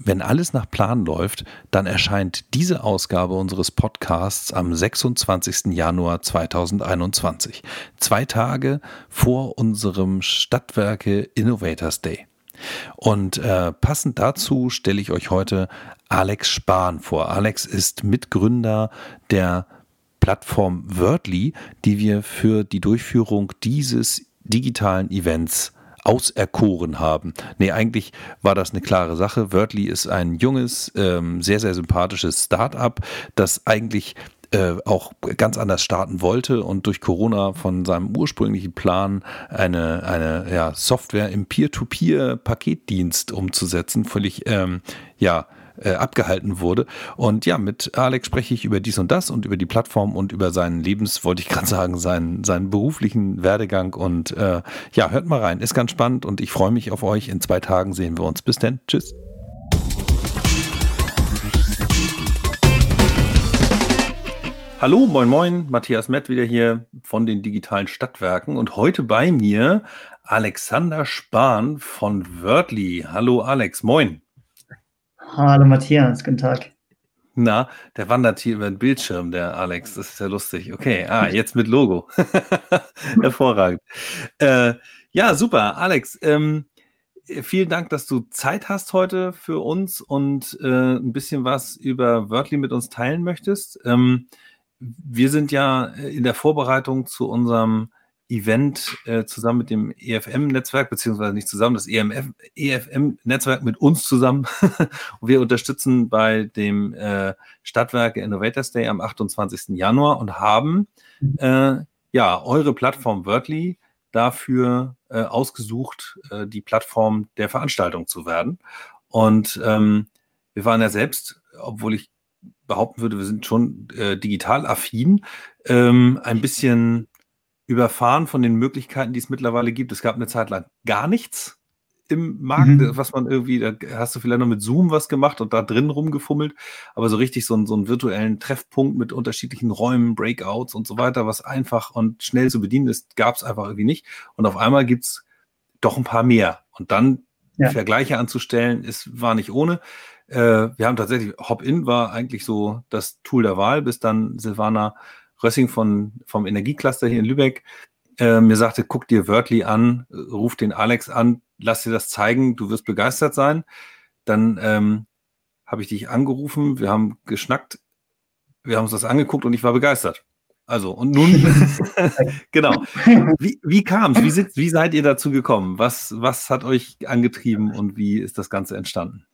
Wenn alles nach Plan läuft, dann erscheint diese Ausgabe unseres Podcasts am 26. Januar 2021, 2 Tage vor unserem Stadtwerke Innovators Day. Und passend dazu stelle ich euch heute Alex Spahn vor. Alex ist Mitgründer der Plattform Wordly, die wir für die Durchführung dieses digitalen Events auserkoren haben. Nee, eigentlich war das eine klare Sache. Wordly ist ein junges, sehr, sehr sympathisches Start-up, das eigentlich auch ganz anders starten wollte und durch Corona von seinem ursprünglichen Plan eine Software im Peer-to-Peer-Paketdienst umzusetzen, völlig abgehalten wurde. Und ja, mit Alex spreche ich über dies und das und über die Plattform und über seinen seinen beruflichen Werdegang. Und hört mal rein. Ist ganz spannend und ich freue mich auf euch. In 2 Tagen sehen wir uns. Bis dann. Tschüss. Hallo, moin moin, Matthias Mett wieder hier von den digitalen Stadtwerken und heute bei mir Alexander Spahn von Wordly. Hallo Alex, moin. Hallo Matthias, guten Tag. Na, der wandert hier über den Bildschirm, der Alex, das ist ja lustig. Okay, jetzt mit Logo. Hervorragend. Super, Alex, vielen Dank, dass du Zeit hast heute für uns und ein bisschen was über Wordly mit uns teilen möchtest. Wir sind ja in der Vorbereitung zu unserem Event zusammen mit dem EFM-Netzwerk, beziehungsweise nicht zusammen, das EFM-Netzwerk mit uns zusammen. Und wir unterstützen bei dem Stadtwerke Innovators Day am 28. Januar und haben eure Plattform Wordly dafür ausgesucht, die Plattform der Veranstaltung zu werden. Und wir waren ja selbst, obwohl ich behaupten würde, wir sind schon digital affin, ein bisschen überfahren von den Möglichkeiten, die es mittlerweile gibt. Es gab eine Zeit lang gar nichts im Markt, was man irgendwie, da hast du vielleicht noch mit Zoom was gemacht und da drin rumgefummelt, aber so richtig so einen virtuellen Treffpunkt mit unterschiedlichen Räumen, Breakouts und so weiter, was einfach und schnell zu bedienen ist, gab es einfach irgendwie nicht. Und auf einmal gibt es doch ein paar mehr. Und dann Vergleiche anzustellen, war nicht ohne. Wir haben tatsächlich, Hop-In war eigentlich so das Tool der Wahl, bis dann Silvana Rössing vom Energiecluster hier in Lübeck mir sagte, guck dir Wordly an, ruf den Alex an, lass dir das zeigen, du wirst begeistert sein. Dann habe ich dich angerufen, wir haben geschnackt, wir haben uns das angeguckt und ich war begeistert. Also, und nun, genau. Wie kam es? Wie seid ihr dazu gekommen? Was hat euch angetrieben und wie ist das Ganze entstanden?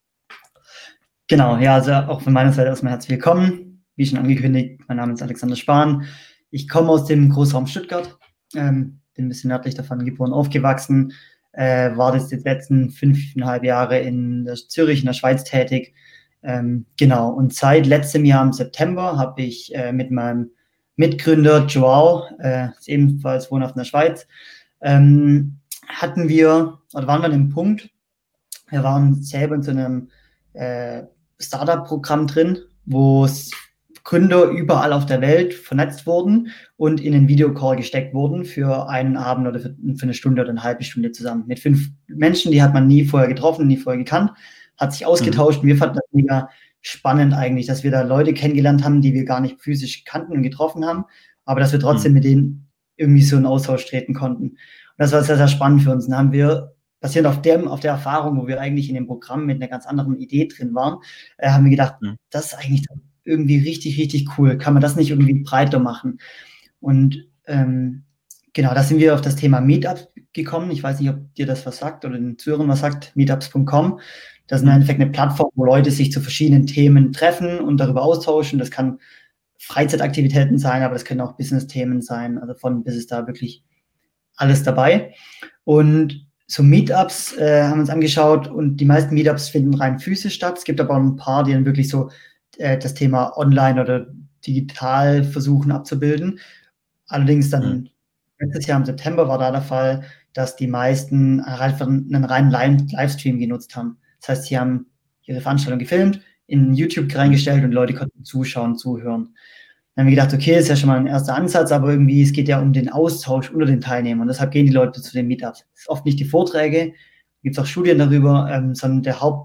Genau, ja, also auch von meiner Seite erstmal herzlich willkommen. Wie schon angekündigt, mein Name ist Alexander Spahn. Ich komme aus dem Großraum Stuttgart, bin ein bisschen nördlich davon geboren, aufgewachsen, war das die letzten 5,5 Jahre in Zürich, in der Schweiz tätig. Genau, und seit letztem Jahr im September habe ich mit meinem Mitgründer Joao, ebenfalls wohnhaft in der Schweiz, waren wir an einem Punkt, wir waren selber in so einem Startup-Programm drin, wo Gründer überall auf der Welt vernetzt wurden und in einen Videocall gesteckt wurden für einen Abend oder für eine Stunde oder eine halbe Stunde zusammen. Mit 5 Menschen, die hat man nie vorher getroffen, nie vorher gekannt, hat sich ausgetauscht. Und wir fanden das mega spannend eigentlich, dass wir da Leute kennengelernt haben, die wir gar nicht physisch kannten und getroffen haben, aber dass wir trotzdem mit denen irgendwie so in Austausch treten konnten. Und das war sehr, sehr spannend für uns. Und dann haben wir, basierend auf der Erfahrung, wo wir eigentlich in dem Programm mit einer ganz anderen Idee drin waren, haben wir gedacht, das ist eigentlich irgendwie richtig, richtig cool. Kann man das nicht irgendwie breiter machen? Und genau, da sind wir auf das Thema Meetups gekommen. Ich weiß nicht, ob dir das was sagt oder den Zuhörern was sagt, meetups.com. Das ist im Endeffekt eine Plattform, wo Leute sich zu verschiedenen Themen treffen und darüber austauschen. Das kann Freizeitaktivitäten sein, aber das können auch Business-Themen sein. Also von bis ist da wirklich alles dabei. Und so Meetups haben wir uns angeschaut und die meisten Meetups finden rein physisch statt. Es gibt aber auch ein paar, die dann wirklich so das Thema online oder digital versuchen abzubilden. Allerdings dann letztes Jahr im September war da der Fall, dass die meisten einfach einen reinen Livestream genutzt haben. Das heißt, sie haben ihre Veranstaltung gefilmt, in YouTube reingestellt und Leute konnten zuschauen, zuhören. Dann haben wir gedacht, okay, das ist ja schon mal ein erster Ansatz, aber irgendwie, es geht ja um den Austausch unter den Teilnehmern. Und deshalb gehen die Leute zu den Meetups. Das ist oft nicht die Vorträge, gibt es auch Studien darüber, sondern der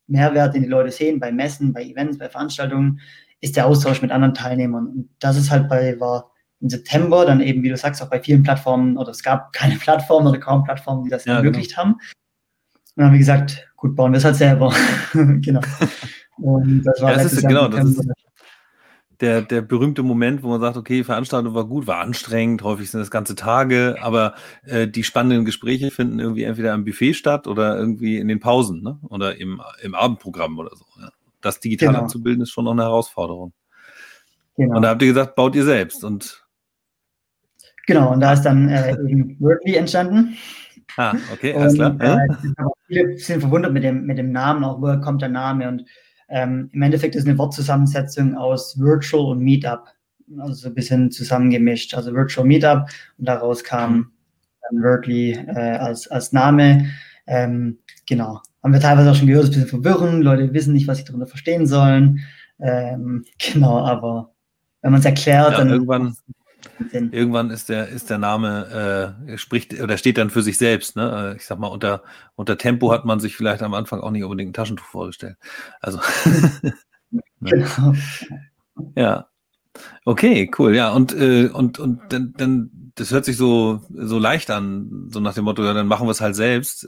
Mehrwert, den die Leute sehen bei Messen, bei Events, bei Veranstaltungen, ist der Austausch mit anderen Teilnehmern. Und das ist halt war im September dann eben, wie du sagst, auch bei vielen Plattformen, oder es gab keine Plattformen oder kaum Plattformen, die das ermöglicht haben. Und dann haben wir gesagt, gut, bauen wir es halt selber. Genau. Und das war letztes Jahr. Genau, das ist der berühmte Moment, wo man sagt, okay, Veranstaltung war gut, war anstrengend, häufig sind das ganze Tage, aber die spannenden Gespräche finden irgendwie entweder am Buffet statt oder irgendwie in den Pausen, ne? Oder im Abendprogramm oder so. Ja. Das digital abzubilden ist schon noch eine Herausforderung. Genau. Und da habt ihr gesagt, baut ihr selbst. Und genau, und da ist dann eben Wordly entstanden. Okay, alles klar. Viele sind verwundert mit dem Namen, auch woher kommt der Name. Und im Endeffekt ist eine Wortzusammensetzung aus Virtual und Meetup, also so ein bisschen zusammengemischt. Also Virtual Meetup und daraus kam dann Wordly als Name. Genau. Haben wir teilweise auch schon gehört, es ist ein bisschen verwirrend, Leute wissen nicht, was sie darunter verstehen sollen. Genau, aber wenn man es erklärt, dann irgendwann ist der Name spricht oder steht dann für sich selbst, ne? Ich sag mal, unter Tempo hat man sich vielleicht am Anfang auch nicht unbedingt ein Taschentuch vorgestellt. Also genau. Ja. Okay, cool, ja. Und dann das hört sich so leicht an, so nach dem Motto, ja, dann machen wir es halt selbst.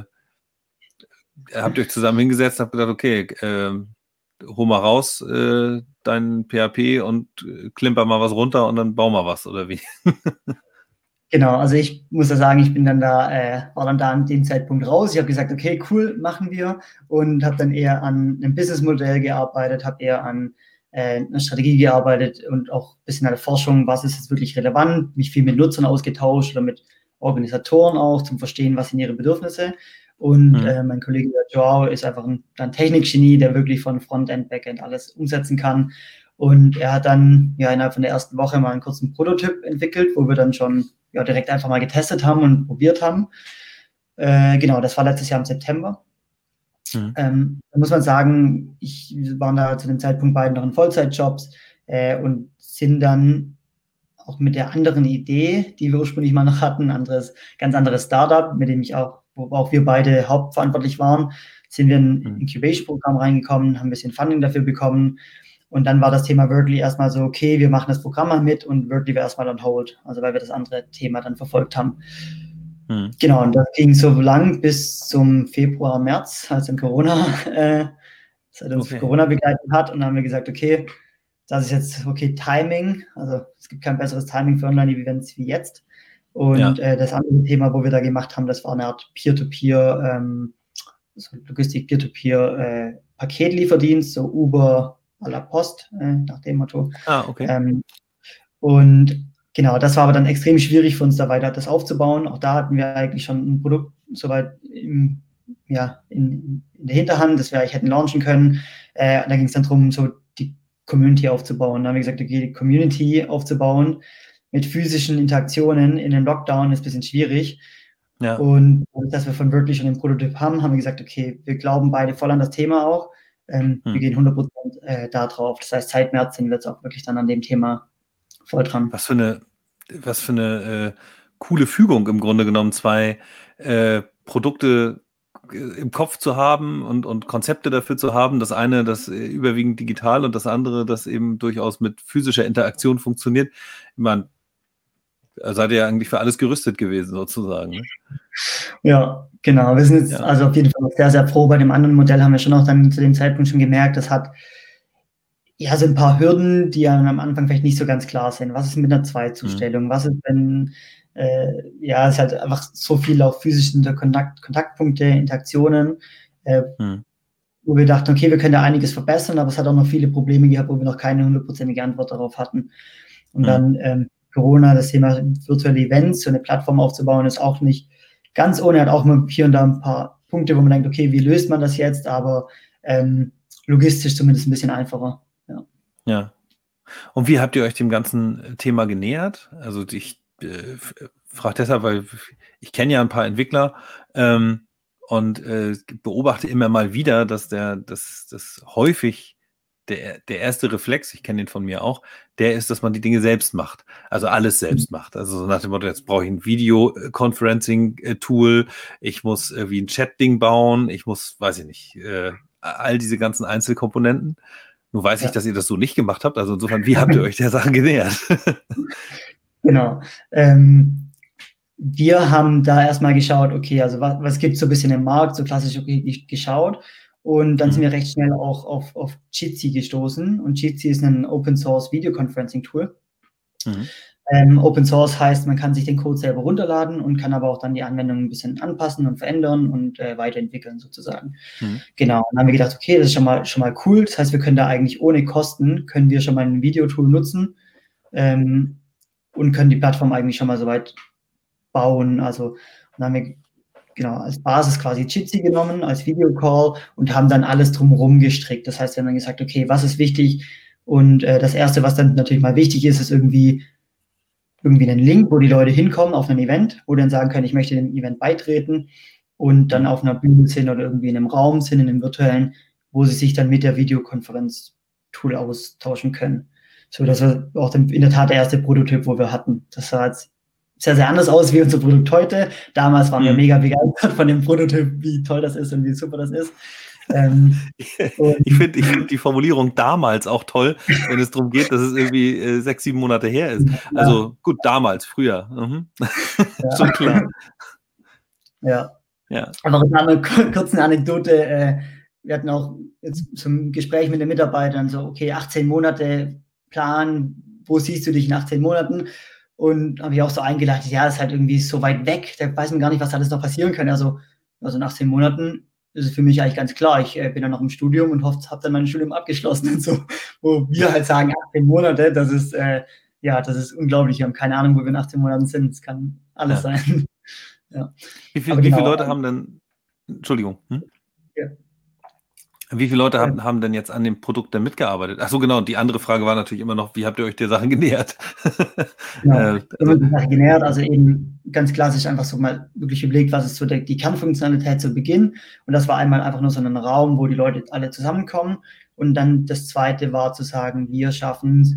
Habt ihr euch zusammen hingesetzt, habt gedacht, okay, hol mal raus dein PHP und klimper mal was runter und dann bau mal was, oder wie? Genau, also ich muss ja sagen, ich bin dann war dann da an dem Zeitpunkt raus. Ich habe gesagt, okay, cool, machen wir, und habe dann eher an einem Businessmodell gearbeitet, habe eher an einer Strategie gearbeitet und auch ein bisschen an der Forschung, was ist jetzt wirklich relevant, mich viel mit Nutzern ausgetauscht oder mit Organisatoren auch, zum Verstehen, was sind ihre Bedürfnisse. Und mein Kollege Joao ist einfach ein Technikgenie, der wirklich von Frontend, Backend alles umsetzen kann. Und er hat dann innerhalb von der ersten Woche mal einen kurzen Prototyp entwickelt, wo wir dann schon direkt einfach mal getestet haben und probiert haben. Genau, das war letztes Jahr im September. Da muss man sagen, wir waren da zu dem Zeitpunkt beide noch in Vollzeitjobs und sind dann auch mit der anderen Idee, die wir ursprünglich mal noch hatten, ganz anderes Startup, mit dem wo auch wir beide hauptverantwortlich waren, sind wir in ein Incubation-Programm reingekommen, haben ein bisschen Funding dafür bekommen. Und dann war das Thema Wordly erstmal so, okay, wir machen das Programm mal mit, und Wordly war erstmal on hold, also weil wir das andere Thema dann verfolgt haben. Genau, und das ging so lang bis zum Februar, März, als dann Corona begleitet hat. Und dann haben wir gesagt, okay, das ist jetzt Timing. Also es gibt kein besseres Timing für Online-Events wie jetzt. Und das andere Thema, wo wir da gemacht haben, das war eine Art Peer-to-Peer, Logistik, Peer-to-Peer Paketlieferdienst, so Uber à la Post, nach dem Motto. Okay. Und genau, das war aber dann extrem schwierig für uns, da weiter das aufzubauen. Auch da hatten wir eigentlich schon ein Produkt soweit in der Hinterhand, das wir eigentlich hätten launchen können. Da ging es dann darum, so die Community aufzubauen. Da haben wir gesagt, okay, die Community aufzubauen mit physischen Interaktionen in den Lockdown ist ein bisschen schwierig. Ja. Und dass wir von Wordly schon den Prototyp haben wir gesagt, okay, wir glauben beide voll an das Thema auch. Wir gehen 100% da drauf. Das heißt, seit März sind wir jetzt auch wirklich dann an dem Thema voll dran. Was für eine coole Fügung im Grunde genommen, zwei Produkte im Kopf zu haben und Konzepte dafür zu haben. Das eine, das überwiegend digital, und das andere, das eben durchaus mit physischer Interaktion funktioniert. Ich meine, seid ihr ja eigentlich für alles gerüstet gewesen, sozusagen. Ne? Ja, genau. Wir sind jetzt also auf jeden Fall sehr, sehr froh. Bei dem anderen Modell haben wir schon auch dann zu dem Zeitpunkt schon gemerkt, das hat so ein paar Hürden, die ja am Anfang vielleicht nicht so ganz klar sind. Was ist mit einer Zweitzustellung? Was ist, wenn es ist halt einfach so viel auf physischen Kontaktpunkte, Interaktionen, wo wir dachten, okay, wir können da einiges verbessern, aber es hat auch noch viele Probleme gehabt, wo wir noch keine 100%ige Antwort darauf hatten. Und dann Corona, das Thema virtuelle Events, so eine Plattform aufzubauen, ist auch nicht ganz ohne, hat auch mal hier und da ein paar Punkte, wo man denkt, okay, wie löst man das jetzt, aber logistisch zumindest ein bisschen einfacher. Ja. Und wie habt ihr euch dem ganzen Thema genähert? Also ich frage deshalb, weil ich kenne ja ein paar Entwickler und beobachte immer mal wieder, dass das häufig der erste Reflex, ich kenne den von mir auch, der ist, dass man die Dinge selbst macht. Also alles selbst macht. Also so nach dem Motto, jetzt brauche ich ein Video-Conferencing-Tool, ich muss irgendwie ein Chat-Ding bauen, ich muss, weiß ich nicht, all diese ganzen Einzelkomponenten. Nun weiß ich, dass ihr das so nicht gemacht habt. Also insofern, wie habt ihr euch der Sache genähert? Genau. Wir haben da erstmal geschaut, okay, also was gibt es so ein bisschen im Markt, so klassisch geschaut. Und dann sind wir recht schnell auch auf Jitsi gestoßen. Und Jitsi ist ein Open-Source Videoconferencing-Tool. Open Source heißt, man kann sich den Code selber runterladen und kann aber auch dann die Anwendung ein bisschen anpassen und verändern und weiterentwickeln sozusagen. Genau, und dann haben wir gedacht, okay, das ist schon mal cool. Das heißt, wir können da eigentlich ohne Kosten, können wir schon mal ein Videotool nutzen und können die Plattform eigentlich schon mal soweit bauen. Also dann haben wir genau als Basis quasi Jitsi genommen, als Videocall und haben dann alles drumherum gestrickt. Das heißt, wir haben dann gesagt, okay, was ist wichtig? Und das Erste, was dann natürlich mal wichtig ist, ist irgendwie einen Link, wo die Leute hinkommen auf ein Event, wo die dann sagen können, ich möchte dem Event beitreten und dann auf einer Bühne sind oder irgendwie in einem Raum sind, in einem virtuellen, wo sie sich dann mit der Videokonferenz-Tool austauschen können. So, das war auch in der Tat der erste Prototyp, wo wir hatten. Das sah jetzt sehr, sehr anders aus wie unser Produkt heute. Damals waren wir mega begeistert von dem Prototyp, wie toll das ist und wie super das ist. Ich finde die Formulierung damals auch toll, wenn es darum geht, dass es irgendwie 6-7 Monate her ist. Ja. Also gut, damals, früher. Ja. Schon klar. Ja. Aber eine kurze Anekdote. Wir hatten auch jetzt zum Gespräch mit den Mitarbeitern so, okay, 18 Monate Plan, wo siehst du dich in 18 Monaten? Und habe ich auch so eingedacht, ja, das ist halt irgendwie so weit weg, da weiß man gar nicht, was alles noch passieren kann. Also in 18 Monaten ist es für mich eigentlich ganz klar. Ich bin dann noch im Studium und habe dann mein Studium abgeschlossen und so, wo wir halt sagen, 18 Monate, das ist unglaublich. Wir haben keine Ahnung, wo wir in 18 Monaten sind. Es kann alles sein. Ja. Wie viele Leute haben denn, Entschuldigung. Ja. Wie viele Leute haben denn jetzt an dem Produkt denn mitgearbeitet? Ach so, genau. Die andere Frage war natürlich immer noch, wie habt ihr euch der Sache genähert? Genau, die Sache genähert, also eben ganz klassisch einfach so mal wirklich überlegt, was ist so die Kernfunktionalität zu Beginn. Und das war einmal einfach nur so ein Raum, wo die Leute alle zusammenkommen. Und dann das Zweite war zu sagen, wir schaffen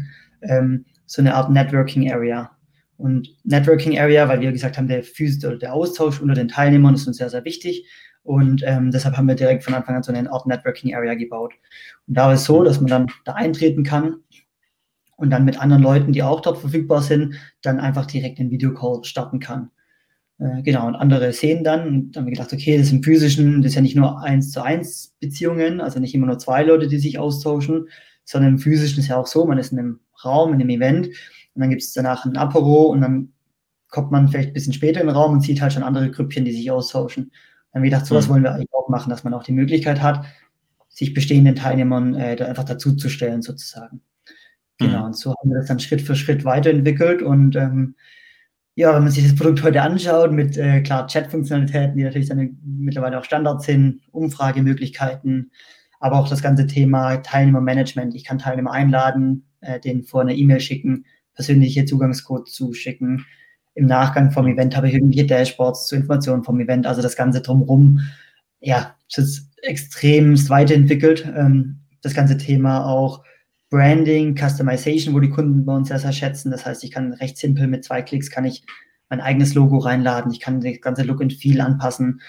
so eine Art Networking Area. Und Networking Area, weil wir gesagt haben, der Austausch unter den Teilnehmern ist uns sehr, sehr wichtig. Und deshalb haben wir direkt von Anfang an so eine Art Networking Area gebaut. Und da ist es so, dass man dann da eintreten kann und dann mit anderen Leuten, die auch dort verfügbar sind, dann einfach direkt einen Videocall starten kann. Genau, und andere sehen dann, und dann haben wir gedacht, okay, das ist im Physischen, das ist ja nicht nur 1-zu-1 Beziehungen, also nicht immer nur 2 Leute, die sich austauschen, sondern im Physischen ist ja auch so, man ist in einem Raum, in einem Event und dann gibt es danach ein Apero und dann kommt man vielleicht ein bisschen später in den Raum und sieht halt schon andere Grüppchen, die sich austauschen. Dann haben wir gedacht, sowas wollen wir eigentlich auch machen, dass man auch die Möglichkeit hat, sich bestehenden Teilnehmern da einfach dazuzustellen sozusagen. Genau, und so haben wir das dann Schritt für Schritt weiterentwickelt und wenn man sich das Produkt heute anschaut mit klar Chat-Funktionalitäten, die natürlich dann mittlerweile auch Standard sind, Umfragemöglichkeiten, aber auch das ganze Thema Teilnehmermanagement. Ich kann Teilnehmer einladen, denen vorher eine E-Mail schicken, persönliche Zugangscode zuschicken. Im Nachgang vom Event habe ich irgendwelche Dashboards zur Information vom Event, also das Ganze drumherum. Ja, es ist extremst weiterentwickelt. Das ganze Thema auch Branding, Customization, wo die Kunden bei uns sehr, sehr schätzen. Das heißt, ich kann recht simpel mit 2 Klicks kann ich mein eigenes Logo reinladen. Ich kann das ganze Look and Feel anpassen.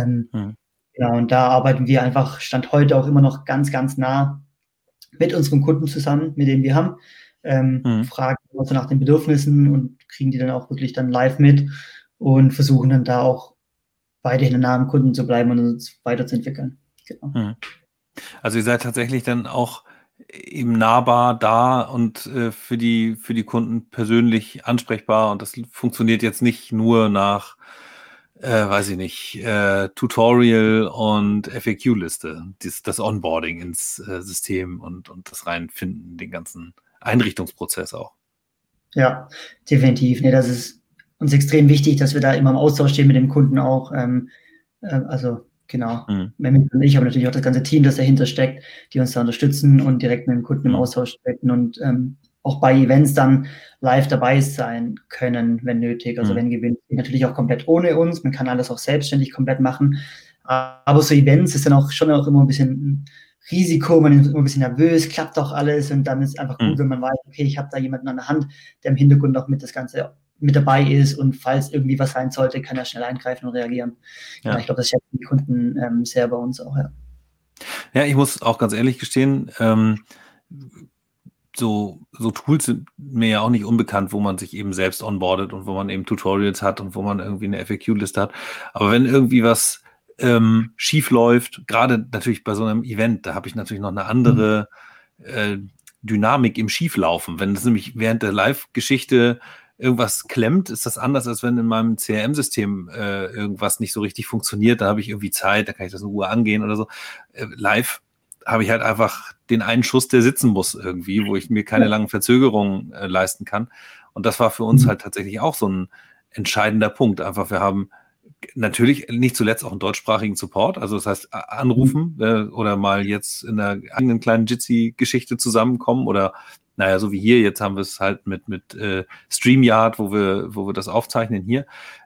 Genau, und da arbeiten wir einfach Stand heute auch immer noch ganz, ganz nah mit unseren Kunden zusammen, mit denen wir haben. Fragen also nach den Bedürfnissen und kriegen die dann auch wirklich dann live mit und versuchen dann da auch weiterhin nah am Kunden zu bleiben und uns weiterzuentwickeln. Genau. Also ihr seid tatsächlich dann auch eben nahbar da und für die Kunden persönlich ansprechbar und das funktioniert jetzt nicht nur nach Tutorial und FAQ-Liste, das Onboarding ins System und das Reinfinden, den ganzen Einrichtungsprozess auch. Ja, definitiv. Nee, das ist uns extrem wichtig, dass wir da immer im Austausch stehen mit dem Kunden auch. Also genau, Mehmet und ich, aber natürlich auch das ganze Team, das dahinter steckt, die uns da unterstützen und direkt mit dem Kunden im Austausch treten und auch bei Events dann live dabei sein können, wenn nötig. Also wenn gewünscht, natürlich auch komplett ohne uns. Man kann alles auch selbstständig komplett machen. Aber so Events ist dann auch schon auch immer ein bisschen Risiko, man ist immer ein bisschen nervös, klappt doch alles und dann ist es einfach gut, wenn man weiß, okay, ich habe da jemanden an der Hand, der im Hintergrund auch mit das Ganze mit dabei ist und falls irgendwie was sein sollte, kann er schnell eingreifen und reagieren. Ja. Ich glaube, das schätzen die Kunden sehr bei uns auch, ja. Ja, ich muss auch ganz ehrlich gestehen, so Tools sind mir ja auch nicht unbekannt, wo man sich eben selbst onboardet und wo man eben Tutorials hat und wo man irgendwie eine FAQ-Liste hat. Aber wenn irgendwie was schief läuft, gerade natürlich bei so einem Event, da habe ich natürlich noch eine andere Dynamik im Schieflaufen. Wenn es nämlich während der Live-Geschichte irgendwas klemmt, ist das anders, als wenn in meinem CRM-System irgendwas nicht so richtig funktioniert. Da habe ich irgendwie Zeit, da kann ich das in Ruhe angehen oder so. Live habe ich halt einfach den einen Schuss, der sitzen muss irgendwie, wo ich mir keine langen Verzögerungen leisten kann. Und das war für uns halt tatsächlich auch so ein entscheidender Punkt. Einfach, wir haben natürlich nicht zuletzt auch einen deutschsprachigen Support, also das heißt anrufen oder mal jetzt in einer eigenen kleinen Jitsi-Geschichte zusammenkommen oder naja, so wie hier, jetzt haben wir es halt mit StreamYard, wo wir das aufzeichnen hier.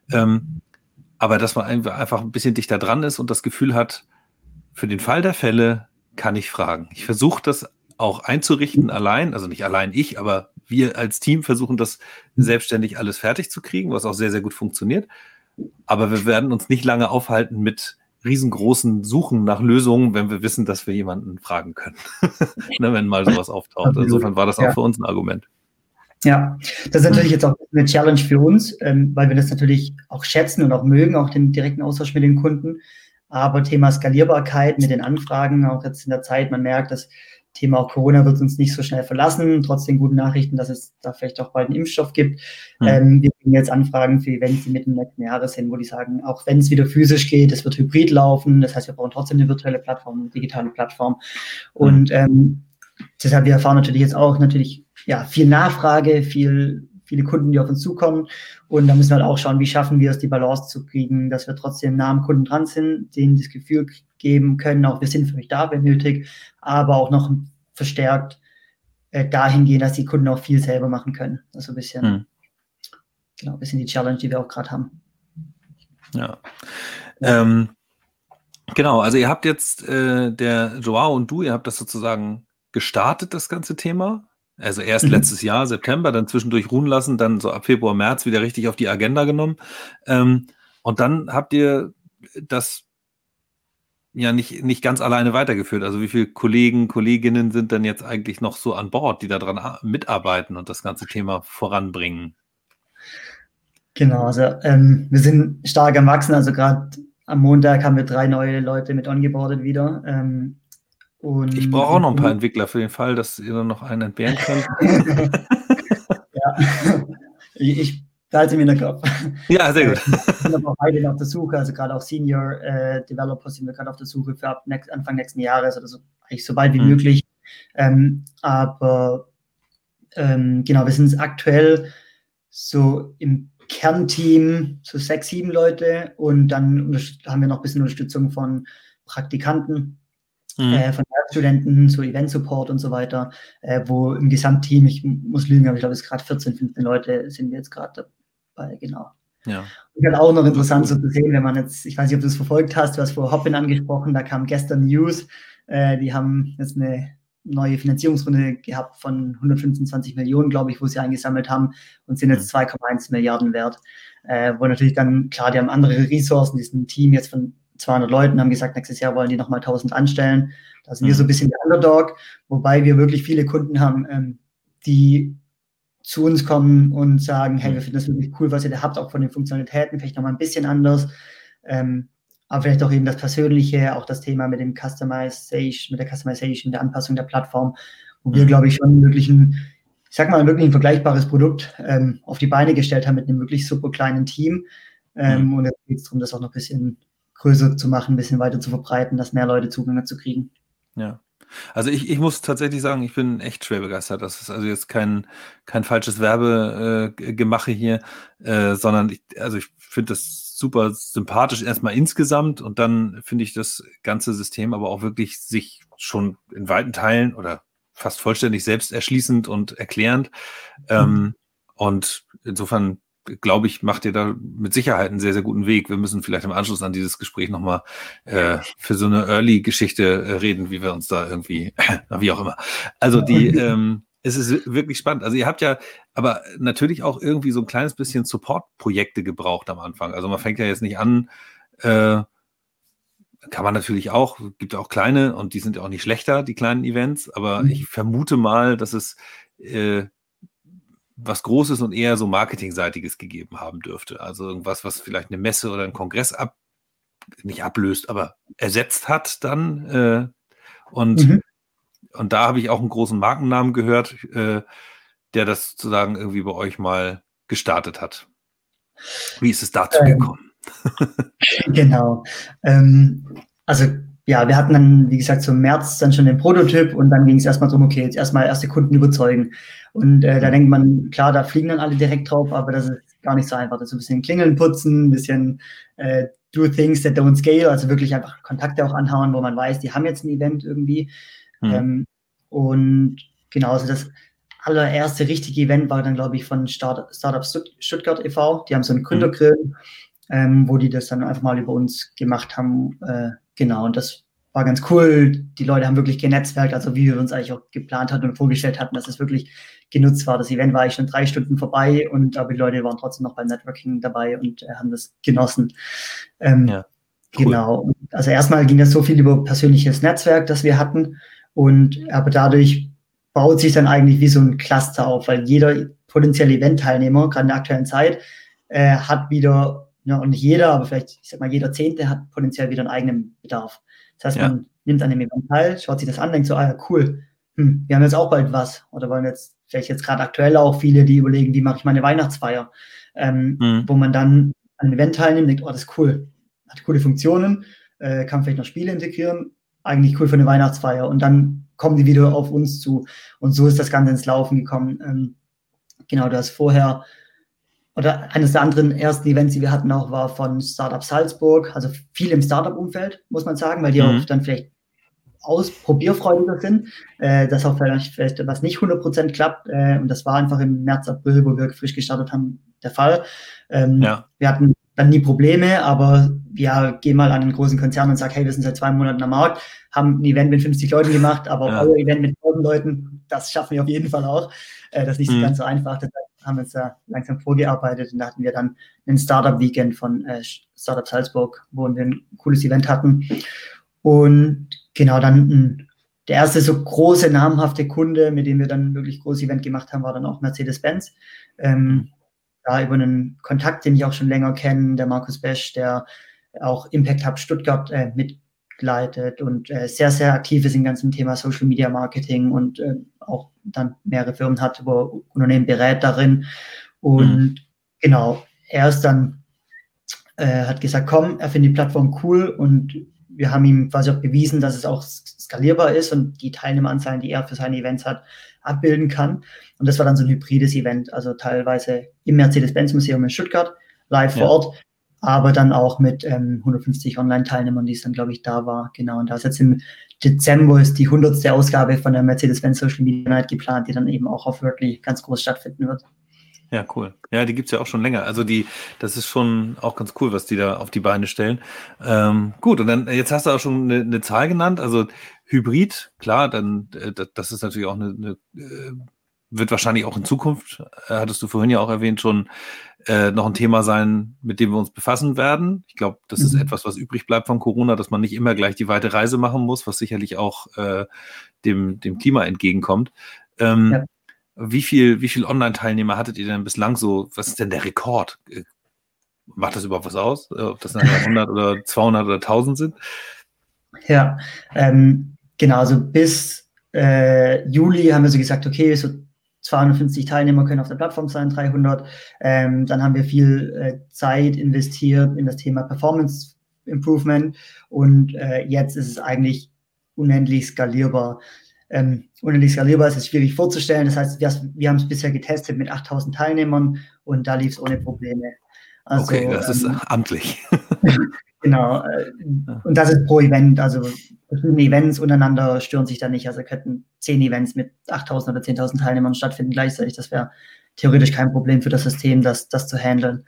Aber dass man einfach ein bisschen dichter dran ist und das Gefühl hat, für den Fall der Fälle kann ich fragen. Ich versuche das auch einzurichten allein, also nicht allein ich, aber wir als Team versuchen das selbstständig alles fertig zu kriegen, was auch sehr, sehr gut funktioniert. Aber wir werden uns nicht lange aufhalten mit riesengroßen Suchen nach Lösungen, wenn wir wissen, dass wir jemanden fragen können, ne, wenn mal sowas auftaucht. Insofern war das auch für uns ein Argument. Ja, das ist natürlich jetzt auch eine Challenge für uns, weil wir das natürlich auch schätzen und auch mögen, auch den direkten Austausch mit den Kunden. Aber Thema Skalierbarkeit mit den Anfragen, auch jetzt in der Zeit, man merkt, das Thema auch Corona wird uns nicht so schnell verlassen, trotzdem guten Nachrichten, dass es da vielleicht auch bald einen Impfstoff gibt. Wir kriegen jetzt Anfragen für Events, die mitten nächsten Jahres hin, wo die sagen, auch wenn es wieder physisch geht, es wird hybrid laufen, das heißt, wir brauchen trotzdem eine virtuelle Plattform, eine digitale Plattform. Und deshalb, wir erfahren natürlich jetzt auch viel Nachfrage, viele Kunden, die auf uns zukommen. Und da müssen wir halt auch schauen, wie schaffen wir es, die Balance zu kriegen, dass wir trotzdem nah am Kunden dran sind, denen das Gefühl geben können, auch wir sind für euch da, wenn nötig, aber auch noch verstärkt dahin gehen, dass die Kunden auch viel selber machen können. Das ist so ein bisschen, ein bisschen die Challenge, die wir auch gerade haben. Ja. Genau, also ihr habt jetzt, der Joao und du, ihr habt das sozusagen gestartet, das ganze Thema. Also erst letztes Jahr, September, dann zwischendurch ruhen lassen, dann so ab Februar, März wieder richtig auf die Agenda genommen. Und dann habt ihr das ja nicht ganz alleine weitergeführt. Also wie viele Kollegen, Kolleginnen sind denn jetzt eigentlich noch so an Bord, die daran mitarbeiten und das ganze Thema voranbringen? Genau, also wir sind stark am Wachsen. Also gerade am Montag haben wir 3 neue Leute mit ongeboardet wieder. Und ich brauche auch noch ein paar Entwickler für den Fall, dass ihr dann noch einen entbehren könnt. Ja, ich behalte mir in den Kopf. Ja, sehr gut. Wir sind aber auch beide auf der Suche, also gerade auch Senior Developer sind wir gerade auf der Suche für Anfang nächsten Jahres oder so, eigentlich so bald wie möglich. Aber genau, wir sind aktuell so im Kernteam so 6, 7 Leute und dann haben wir noch ein bisschen Unterstützung von Praktikanten, von Studenten, so Event-Support und so weiter, wo im Gesamtteam, ich muss lügen, aber ich glaube, es ist gerade 14, 15 Leute sind wir jetzt gerade dabei, genau. Ja. Und halt auch noch interessant so zu sehen, wenn man jetzt, ich weiß nicht, ob du es verfolgt hast, du hast vor Hopin angesprochen, da kam gestern News, die haben jetzt eine neue Finanzierungsrunde gehabt von 125 Millionen, glaube ich, wo sie eingesammelt haben und sind jetzt 2,1 Milliarden wert. Wo natürlich dann, klar, die haben andere Ressourcen, die sind ein Team jetzt von 200 Leuten, haben gesagt, nächstes Jahr wollen die nochmal 1000 anstellen. Da sind wir so ein bisschen der Underdog, wobei wir wirklich viele Kunden haben, die zu uns kommen und sagen, hey, wir finden das wirklich cool, was ihr da habt, auch von den Funktionalitäten, vielleicht nochmal ein bisschen anders. Aber vielleicht auch eben das Persönliche, auch das Thema mit dem Customization, der Anpassung der Plattform, wo wir, glaube ich, schon wirklich ein vergleichbares Produkt auf die Beine gestellt haben mit einem wirklich super kleinen Team. Und jetzt geht es darum, das auch noch ein bisschen größer zu machen, ein bisschen weiter zu verbreiten, dass mehr Leute Zugang dazu kriegen. Ja. Also ich muss tatsächlich sagen, ich bin echt schwer begeistert. Das ist also jetzt kein falsches Werbegemache hier, sondern ich finde das super sympathisch erstmal insgesamt und dann finde ich das ganze System aber auch wirklich sich schon in weiten Teilen oder fast vollständig selbst erschließend und erklärend. Und insofern glaube ich, macht ihr da mit Sicherheit einen sehr, sehr guten Weg. Wir müssen vielleicht im Anschluss an dieses Gespräch nochmal für so eine Early-Geschichte reden, wie wir uns da irgendwie, wie auch immer. Also es ist wirklich spannend. Also ihr habt ja aber natürlich auch irgendwie so ein kleines bisschen Support-Projekte gebraucht am Anfang. Also man fängt ja jetzt nicht an, kann man natürlich auch, gibt auch kleine und die sind ja auch nicht schlechter, die kleinen Events, aber ich vermute mal, dass es was Großes und eher so Marketingseitiges gegeben haben dürfte. Also irgendwas, was vielleicht eine Messe oder einen Kongress nicht ablöst, aber ersetzt hat dann. Und da habe ich auch einen großen Markennamen gehört, der das sozusagen irgendwie bei euch mal gestartet hat. Wie ist es dazu gekommen? Genau. Also ja, wir hatten dann, wie gesagt, so im März dann schon den Prototyp und dann ging es erstmal darum, okay, jetzt erstmal erste Kunden überzeugen. Und da denkt man, klar, da fliegen dann alle direkt drauf, aber das ist gar nicht so einfach. Das ist ein bisschen Klingeln putzen, ein bisschen do things that don't scale, also wirklich einfach Kontakte auch anhauen, wo man weiß, die haben jetzt ein Event irgendwie. Und genau, also das allererste richtige Event war dann, glaube ich, von Startup Stuttgart e.V. Die haben so einen Gründergrill, wo die das dann einfach mal über uns gemacht haben. Genau, und das war ganz cool. Die Leute haben wirklich genetzwerkt, also wie wir uns eigentlich auch geplant hatten und vorgestellt hatten, dass es wirklich genutzt war. Das Event war eigentlich schon 3 Stunden vorbei, aber die Leute waren trotzdem noch beim Networking dabei und haben das genossen. Cool. Genau. Also erstmal ging das so viel über persönliches Netzwerk, das wir hatten. Aber dadurch baut sich dann eigentlich wie so ein Cluster auf, weil jeder potenzielle Event-Teilnehmer, gerade in der aktuellen Zeit, hat wieder, und nicht jeder, aber vielleicht, ich sag mal, jeder 10. hat potenziell wieder einen eigenen Bedarf. Das heißt, man nimmt an dem Event teil, schaut sich das an, denkt so, cool, wir haben jetzt auch bald was. Oder wollen jetzt, vielleicht jetzt gerade aktuell auch viele, die überlegen, wie mache ich meine Weihnachtsfeier? Wo man dann an einem Event teilnimmt, denkt, das ist cool, hat coole Funktionen, kann vielleicht noch Spiele integrieren, eigentlich cool für eine Weihnachtsfeier. Und dann kommen die wieder auf uns zu. Und so ist das Ganze ins Laufen gekommen. Genau, du hast vorher, oder eines der anderen ersten Events, die wir hatten auch, war von Startup Salzburg, also viel im Startup-Umfeld, muss man sagen, weil die auch dann vielleicht ausprobierfreudiger sind, dass auch vielleicht was nicht 100% klappt. Und das war einfach im März, April, wo wir frisch gestartet haben, der Fall. Wir hatten dann nie Probleme, aber geh mal an einen großen Konzern und sag, hey, wir sind seit 2 Monaten am Markt, haben ein Event mit 50 Leuten gemacht, aber euer Event mit 1000 Leuten, das schaffen wir auf jeden Fall auch. Das ist nicht so ganz so einfach. Deshalb haben wir uns da langsam vorgearbeitet und da hatten wir dann ein Startup-Weekend von Startup Salzburg, wo wir ein cooles Event hatten. Und genau, dann der erste so große, namhafte Kunde, mit dem wir dann wirklich großes Event gemacht haben, war dann auch Mercedes-Benz. Da über einen Kontakt, den ich auch schon länger kenne, der Markus Besch, der auch Impact Hub Stuttgart mitleitet und sehr, sehr aktiv ist im ganzen Thema Social Media Marketing und auch dann mehrere Firmen hat, wo Unternehmen berät darin. Und genau, er ist dann, hat gesagt, komm, er findet die Plattform cool und wir haben ihm quasi auch bewiesen, dass es auch skalierbar ist und die Teilnehmeranzahlen, die er für seine Events hat, abbilden kann. Und das war dann so ein hybrides Event, also teilweise im Mercedes-Benz-Museum in Stuttgart, live vor Ort, aber dann auch mit 150 Online-Teilnehmern, die es dann, glaube ich, da war. Genau, und da ist jetzt im Dezember ist die 100. Ausgabe von der Mercedes-Benz Social Media Night geplant, die dann eben auch auf Wörthly ganz groß stattfinden wird. Ja, cool. Ja, die gibt's ja auch schon länger. Also das ist schon auch ganz cool, was die da auf die Beine stellen. Gut, und dann, jetzt hast du auch schon eine Zahl genannt, also Hybrid, klar, dann, das ist natürlich auch wird wahrscheinlich auch in Zukunft, hattest du vorhin ja auch erwähnt, schon noch ein Thema sein, mit dem wir uns befassen werden. Ich glaube, das ist etwas, was übrig bleibt von Corona, dass man nicht immer gleich die weite Reise machen muss, was sicherlich auch dem Klima entgegenkommt. Wie viel Online-Teilnehmer hattet ihr denn bislang so? Was ist denn der Rekord? Macht das überhaupt was aus? Ob das nachher 100 oder 200 oder 1000 sind? Ja, genau. Also bis Juli haben wir so gesagt, okay, so 250 Teilnehmer können auf der Plattform sein, 300. Dann haben wir viel Zeit investiert in das Thema Performance Improvement und jetzt ist es eigentlich unendlich skalierbar. Unendlich skalierbar ist es schwierig vorzustellen. Das heißt, wir haben es bisher getestet mit 8000 Teilnehmern und da lief es ohne Probleme. Also, okay, das ist amtlich. Genau. Und das ist pro Event. Also verschiedene Events untereinander stören sich da nicht. Also könnten 10 Events mit 8000 oder 10.000 Teilnehmern stattfinden gleichzeitig. Das wäre theoretisch kein Problem für das System, das zu handeln.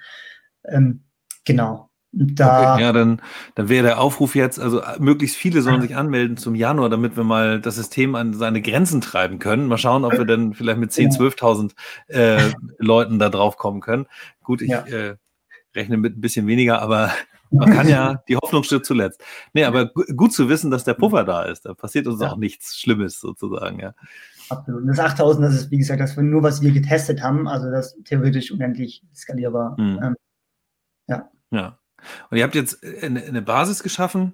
Genau. Okay, ja, dann wäre der Aufruf jetzt, also möglichst viele sollen sich anmelden zum Januar, damit wir mal das System an seine Grenzen treiben können. Mal schauen, ob wir dann vielleicht mit 10.000, 12.000 Leuten da drauf kommen können. Gut, ich rechne mit ein bisschen weniger, aber Man kann ja, die Hoffnung stirbt zuletzt. Nee, aber gut zu wissen, dass der Puffer da ist. Da passiert uns auch nichts Schlimmes sozusagen, ja. Absolut. Und das 8000, das ist, wie gesagt, das war nur, was wir getestet haben, also das ist theoretisch unendlich skalierbar. Ja. Und ihr habt jetzt eine Basis geschaffen.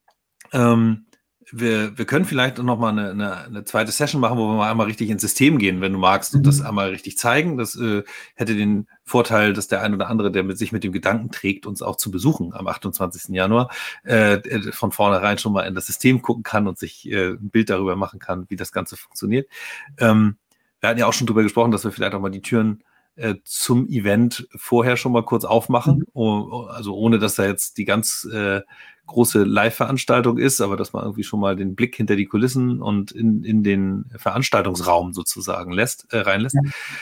Wir können vielleicht noch mal eine zweite Session machen, wo wir mal einmal richtig ins System gehen, wenn du magst, und das einmal richtig zeigen. Das hätte den Vorteil, dass der ein oder andere, der sich mit dem Gedanken trägt, uns auch zu besuchen am 28. Januar, von vornherein schon mal in das System gucken kann und sich ein Bild darüber machen kann, wie das Ganze funktioniert. Wir hatten ja auch schon drüber gesprochen, dass wir vielleicht auch mal die Türen zum Event vorher schon mal kurz aufmachen, also ohne, dass da jetzt die ganz große Live-Veranstaltung ist, aber dass man irgendwie schon mal den Blick hinter die Kulissen und in den Veranstaltungsraum sozusagen reinlässt.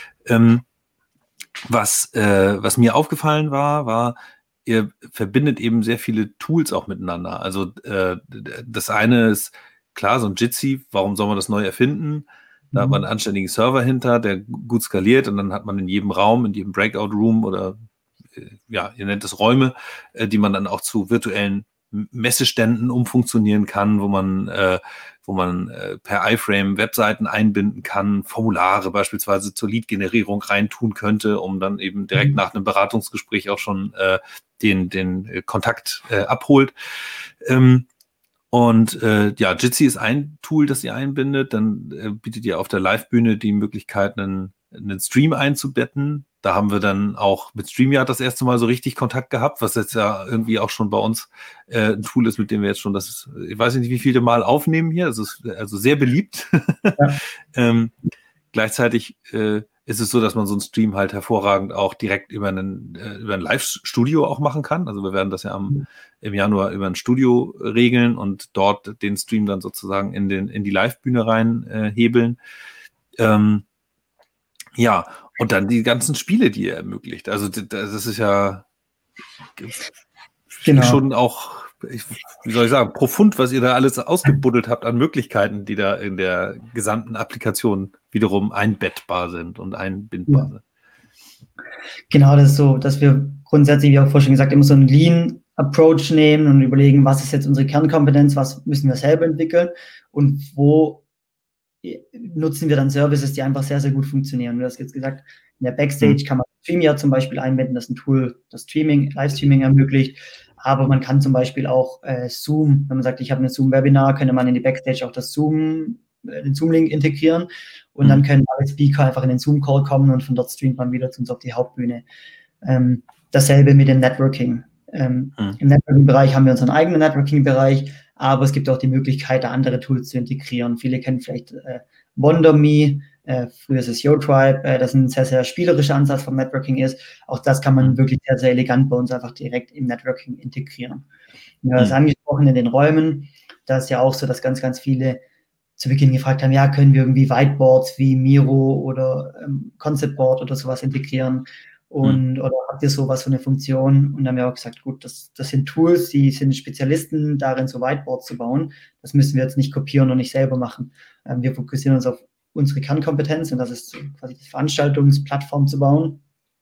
Was mir aufgefallen war, ihr verbindet eben sehr viele Tools auch miteinander. Also das eine ist, klar, so ein Jitsi, warum soll man das neu erfinden? Da hat man einen anständigen Server hinter, der gut skaliert, und dann hat man in jedem Raum, in jedem Breakout-Room oder ihr nennt es Räume, die man dann auch zu virtuellen Messeständen umfunktionieren kann, wo man per iFrame Webseiten einbinden kann, Formulare beispielsweise zur Lead-Generierung reintun könnte, um dann eben direkt nach einem Beratungsgespräch auch schon den Kontakt abholt. Jitsi ist ein Tool, das ihr einbindet. Dann bietet ihr auf der Live-Bühne die Möglichkeit, einen Stream einzubetten. Da haben wir dann auch mit StreamYard das erste Mal so richtig Kontakt gehabt, was jetzt ja irgendwie auch schon bei uns ein Tool ist, mit dem wir jetzt schon ich weiß nicht, wie viele Mal aufnehmen hier. Es ist also sehr beliebt. Ja. Gleichzeitig ist es so, dass man so einen Stream halt hervorragend auch direkt über ein Live-Studio auch machen kann. Also wir werden das ja im Januar über ein Studio regeln und dort den Stream dann sozusagen in die Live-Bühne rein hebeln. Und dann die ganzen Spiele, die ihr ermöglicht. Also das ist ja schon auch, wie soll ich sagen, profund, was ihr da alles ausgebuddelt habt an Möglichkeiten, die da in der gesamten Applikation wiederum einbettbar sind und einbindbar sind. Genau, das ist so, dass wir grundsätzlich, wie auch vorhin schon gesagt, immer so einen Lean-Approach nehmen und überlegen, was ist jetzt unsere Kernkompetenz, was müssen wir selber entwickeln und wo nutzen wir dann Services, die einfach sehr, sehr gut funktionieren. Du hast jetzt gesagt, in der Backstage kann man StreamYard zum Beispiel einbinden, das ist ein Tool, das Livestreaming ermöglicht, aber man kann zum Beispiel auch Zoom, wenn man sagt, ich habe ein Zoom-Webinar, könnte man in die Backstage auch den Zoom-Link integrieren und dann können alle Speaker einfach in den Zoom-Call kommen und von dort streamt man wieder zu uns auf die Hauptbühne. Dasselbe mit dem Networking. Im Networking-Bereich haben wir unseren eigenen Networking-Bereich, aber es gibt auch die Möglichkeit, da andere Tools zu integrieren. Viele kennen vielleicht WonderMe, früher ist es YoTribe, das ein sehr, sehr spielerischer Ansatz vom Networking ist. Auch das kann man wirklich sehr, sehr elegant bei uns einfach direkt im Networking integrieren. Wir haben das angesprochen in den Räumen. Da ist ja auch so, dass ganz, ganz viele zu Beginn gefragt haben, ja, können wir irgendwie Whiteboards wie Miro oder Concept Board oder sowas integrieren? Oder habt ihr sowas für eine Funktion? Und dann haben wir auch gesagt, gut, das sind Tools, die sind Spezialisten darin, so Whiteboards zu bauen. Das müssen wir jetzt nicht kopieren und nicht selber machen. Wir fokussieren uns auf unsere Kernkompetenz und das ist quasi die Veranstaltungsplattform zu bauen.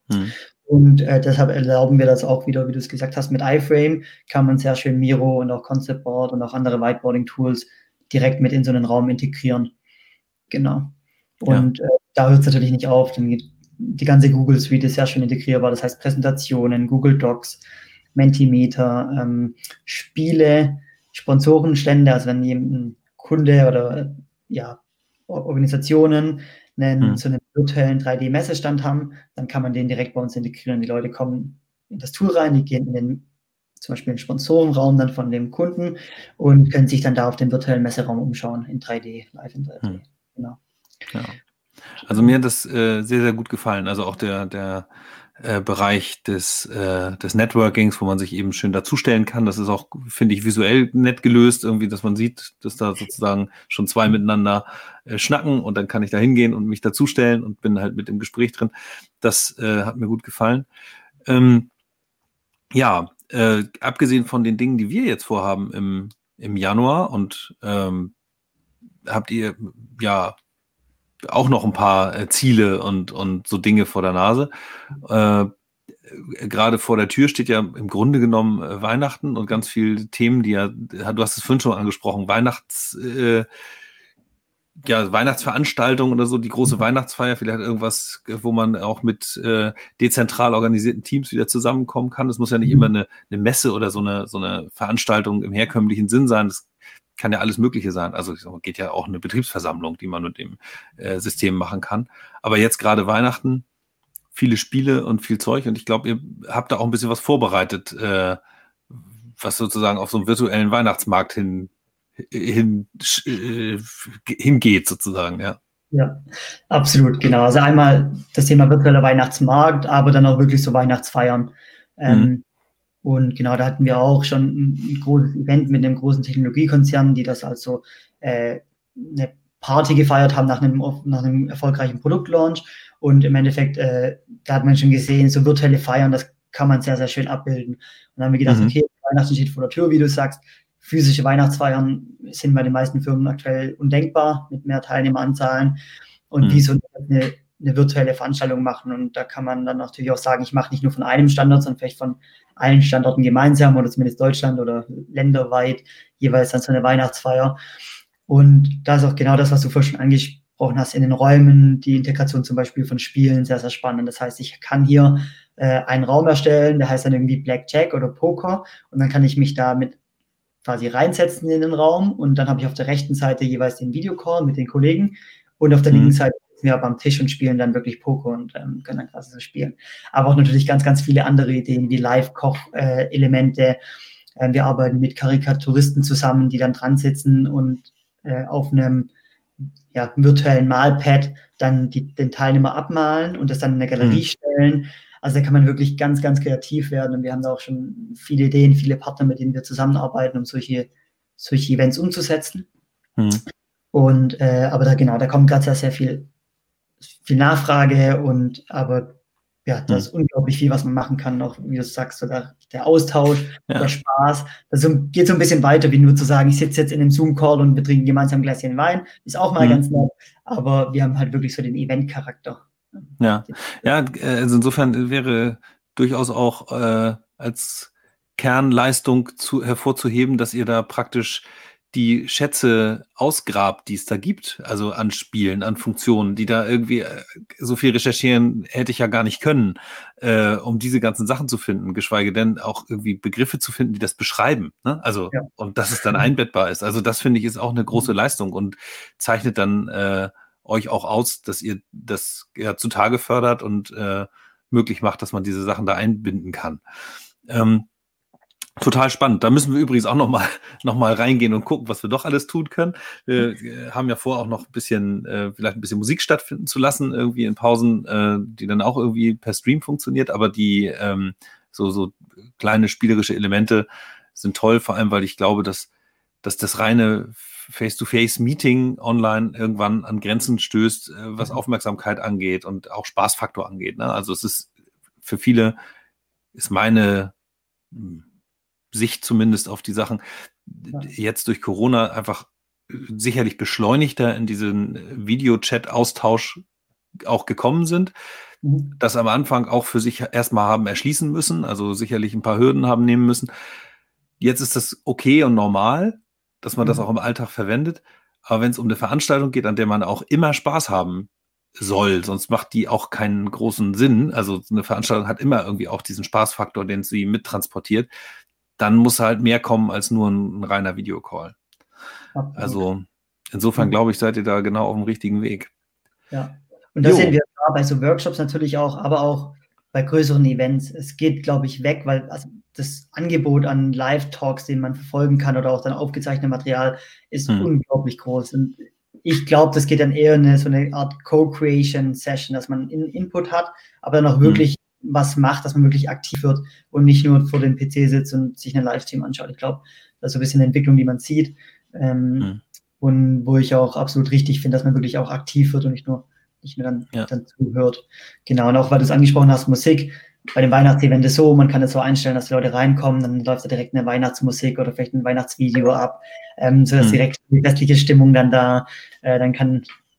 Und deshalb erlauben wir das auch wieder, wie du es gesagt hast, mit iFrame kann man sehr schön Miro und auch Concept Board und auch andere Whiteboarding-Tools direkt mit in so einen Raum integrieren. Genau. Und da hört es natürlich nicht auf, dann geht die ganze Google Suite ist sehr schön integrierbar, das heißt Präsentationen, Google Docs, Mentimeter, Spiele, Sponsorenstände, also wenn ein Kunde oder Organisationen so einen virtuellen 3D-Messestand haben, dann kann man den direkt bei uns integrieren. Die Leute kommen in das Tool rein, die gehen zum Beispiel in den Sponsorenraum dann von dem Kunden und können sich dann da auf den virtuellen Messeraum umschauen in 3D, live in 3D. Genau. Ja. Also mir hat das sehr, sehr gut gefallen. Also auch der Bereich des Networkings, wo man sich eben schön dazustellen kann. Das ist auch, finde ich, visuell nett gelöst, irgendwie, dass man sieht, dass da sozusagen schon zwei miteinander schnacken und dann kann ich da hingehen und mich dazustellen und bin halt mit im Gespräch drin. Das hat mir gut gefallen. Abgesehen von den Dingen, die wir jetzt vorhaben im Januar und habt ihr auch noch ein paar Ziele und so Dinge vor der Nase. gerade vor der Tür steht ja im Grunde genommen Weihnachten und ganz viele Themen, du hast es vorhin schon angesprochen, Weihnachtsveranstaltungen oder so, die große Weihnachtsfeier, vielleicht irgendwas, wo man auch mit dezentral organisierten Teams wieder zusammenkommen kann. Es muss ja nicht immer eine Messe oder so eine Veranstaltung im herkömmlichen Sinn sein. Das kann ja alles Mögliche sein. Also es geht ja auch eine Betriebsversammlung, die man mit dem System machen kann. Aber jetzt gerade Weihnachten, viele Spiele und viel Zeug. Und ich glaube, ihr habt da auch ein bisschen was vorbereitet, was sozusagen auf so einen virtuellen Weihnachtsmarkt hingeht sozusagen, ja. Ja, absolut, genau. Also einmal das Thema virtueller Weihnachtsmarkt, aber dann auch wirklich so Weihnachtsfeiern. Und genau, da hatten wir auch schon ein großes Event mit einem großen Technologiekonzern, die das also eine Party gefeiert haben nach einem erfolgreichen Produktlaunch. Und im Endeffekt, da hat man schon gesehen, so virtuelle Feiern, das kann man sehr, sehr schön abbilden. Und dann haben wir gedacht, okay, Weihnachten steht vor der Tür, wie du sagst. Physische Weihnachtsfeiern sind bei den meisten Firmen aktuell undenkbar mit mehr Teilnehmeranzahlen. Und wie so eine virtuelle Veranstaltung machen. Und da kann man dann natürlich auch sagen, ich mache nicht nur von einem Standort, sondern vielleicht von allen Standorten gemeinsam oder zumindest Deutschland oder länderweit jeweils dann so eine Weihnachtsfeier. Und da ist auch genau das, was du vorhin schon angesprochen hast, in den Räumen, die Integration zum Beispiel von Spielen, sehr, sehr spannend. Das heißt, ich kann hier einen Raum erstellen, der heißt dann irgendwie Blackjack oder Poker und dann kann ich mich da mit quasi reinsetzen in den Raum und dann habe ich auf der rechten Seite jeweils den Videocall mit den Kollegen und auf der linken Seite sitzen wir aber am Tisch und spielen dann wirklich Poker und können dann quasi so spielen. Aber auch natürlich ganz, ganz viele andere Ideen wie Live-Koch-Elemente. Wir arbeiten mit Karikaturisten zusammen, die dann dran sitzen und auf einem virtuellen Malpad dann den Teilnehmer abmalen und das dann in eine Galerie stellen. Also da kann man wirklich ganz, ganz kreativ werden und wir haben da auch schon viele Ideen, viele Partner, mit denen wir zusammenarbeiten, um solche Events umzusetzen. Und aber da kommt gerade sehr, sehr viel Nachfrage aber ja, da ist unglaublich viel, was man machen kann, noch, wie du sagst, sogar der Austausch, der Spaß. Das geht so ein bisschen weiter, wie nur zu sagen, ich sitze jetzt in einem Zoom-Call und wir trinken gemeinsam ein Gläschen Wein. Ist auch mal ganz nett, aber wir haben halt wirklich so den Event-Charakter. Ja, also insofern wäre durchaus auch als Kernleistung hervorzuheben, dass ihr da praktisch die Schätze ausgrabt, die es da gibt, also an Spielen, an Funktionen, die da irgendwie so viel recherchieren hätte ich ja gar nicht können, um diese ganzen Sachen zu finden, geschweige denn auch irgendwie Begriffe zu finden, die das beschreiben, ne? Also, und dass es dann einbettbar ist. Also das finde ich ist auch eine große Leistung und zeichnet dann euch auch aus, dass ihr das ja zutage fördert und möglich macht, dass man diese Sachen da einbinden kann. Total spannend. Da müssen wir übrigens auch noch mal reingehen und gucken, was wir doch alles tun können. Wir haben ja vor, auch noch vielleicht ein bisschen Musik stattfinden zu lassen, irgendwie in Pausen, die dann auch irgendwie per Stream funktioniert. Aber die so kleine spielerische Elemente sind toll, vor allem, weil ich glaube, dass das reine Face-to-Face-Meeting online irgendwann an Grenzen stößt, was Aufmerksamkeit angeht und auch Spaßfaktor angeht, ne? Also es ist für viele, ist meine Sicht zumindest auf die Sachen jetzt durch Corona einfach sicherlich beschleunigter in diesen Video-Chat-Austausch auch gekommen sind, das am Anfang auch für sich erstmal haben erschließen müssen, also sicherlich ein paar Hürden haben nehmen müssen. Jetzt ist das okay und normal, dass man das auch im Alltag verwendet, aber wenn es um eine Veranstaltung geht, an der man auch immer Spaß haben soll, sonst macht die auch keinen großen Sinn, also eine Veranstaltung hat immer irgendwie auch diesen Spaßfaktor, den sie mittransportiert, dann muss halt mehr kommen als nur ein reiner Videocall. Absolut. Also insofern glaube ich, seid ihr da genau auf dem richtigen Weg. Ja, und da sehen wir bei so Workshops natürlich auch, aber auch bei größeren Events. Es geht, glaube ich, weg, weil das Angebot an Live-Talks, den man verfolgen kann oder auch dann aufgezeichnetes Material, ist unglaublich groß. Und ich glaube, das geht dann eher in so eine Art Co-Creation-Session, dass man Input hat, aber dann auch wirklich was macht, dass man wirklich aktiv wird und nicht nur vor dem PC sitzt und sich einen Livestream anschaut. Ich glaube, das ist so ein bisschen eine Entwicklung, die man sieht und wo ich auch absolut richtig finde, dass man wirklich auch aktiv wird und nicht nur dann zuhört. Genau, und auch weil du es angesprochen hast, Musik, bei dem Weihnachtsevent ist so, man kann es so einstellen, dass die Leute reinkommen, dann läuft da direkt eine Weihnachtsmusik oder vielleicht ein Weihnachtsvideo ab, sodass direkt die festliche Stimmung dann da, dann kann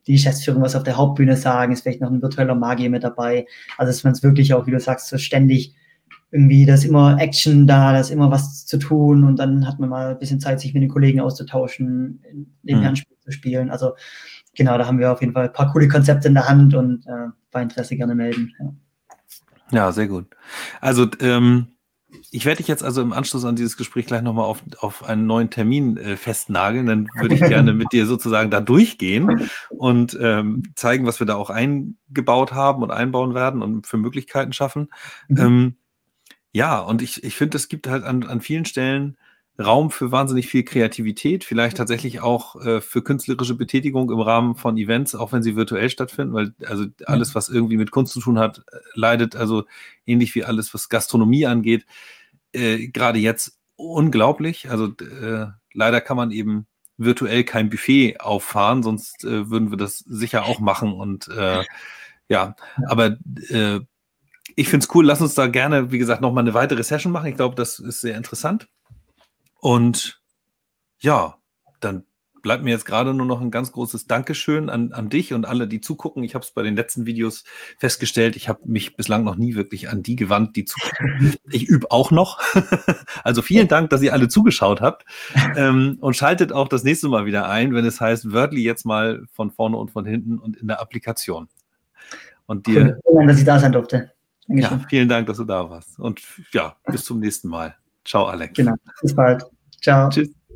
die Geschäftsführung was auf der Hauptbühne sagen, ist vielleicht noch ein virtueller Magier mit dabei. Also dass man es wirklich auch, wie du sagst, so ständig irgendwie, da ist immer Action da ist immer was zu tun und dann hat man mal ein bisschen Zeit, sich mit den Kollegen auszutauschen, nebenher ein Spiel zu spielen. Also genau, da haben wir auf jeden Fall ein paar coole Konzepte in der Hand und bei Interesse gerne melden. Ja, sehr gut. Also ich werde dich jetzt also im Anschluss an dieses Gespräch gleich nochmal auf einen neuen Termin festnageln. Dann würde ich gerne mit dir sozusagen da durchgehen und zeigen, was wir da auch eingebaut haben und einbauen werden und für Möglichkeiten schaffen. Ja, und ich finde, es gibt halt an vielen Stellen Raum für wahnsinnig viel Kreativität, vielleicht tatsächlich auch für künstlerische Betätigung im Rahmen von Events, auch wenn sie virtuell stattfinden, weil also alles, was irgendwie mit Kunst zu tun hat, leidet also ähnlich wie alles, was Gastronomie angeht, gerade jetzt unglaublich. Also leider kann man eben virtuell kein Buffet auffahren, sonst würden wir das sicher auch machen und ja, aber ich finde es cool, lass uns da gerne, wie gesagt, nochmal eine weitere Session machen. Ich glaube, das ist sehr interessant. Und ja, dann bleibt mir jetzt gerade nur noch ein ganz großes Dankeschön an dich und alle, die zugucken. Ich habe es bei den letzten Videos festgestellt, ich habe mich bislang noch nie wirklich an die gewandt, die zugucken. Ich übe auch noch. Also vielen Dank, dass ihr alle zugeschaut habt. Und schaltet auch das nächste Mal wieder ein, wenn es heißt, Wordly jetzt mal von vorne und von hinten und in der Applikation. Und dir. Vielen Dank, dass ich da sein durfte. Dankeschön. Ja, vielen Dank, dass du da warst. Und ja, bis zum nächsten Mal. Ciao, Alex. Genau. Bis bald. Ciao. Tschüss.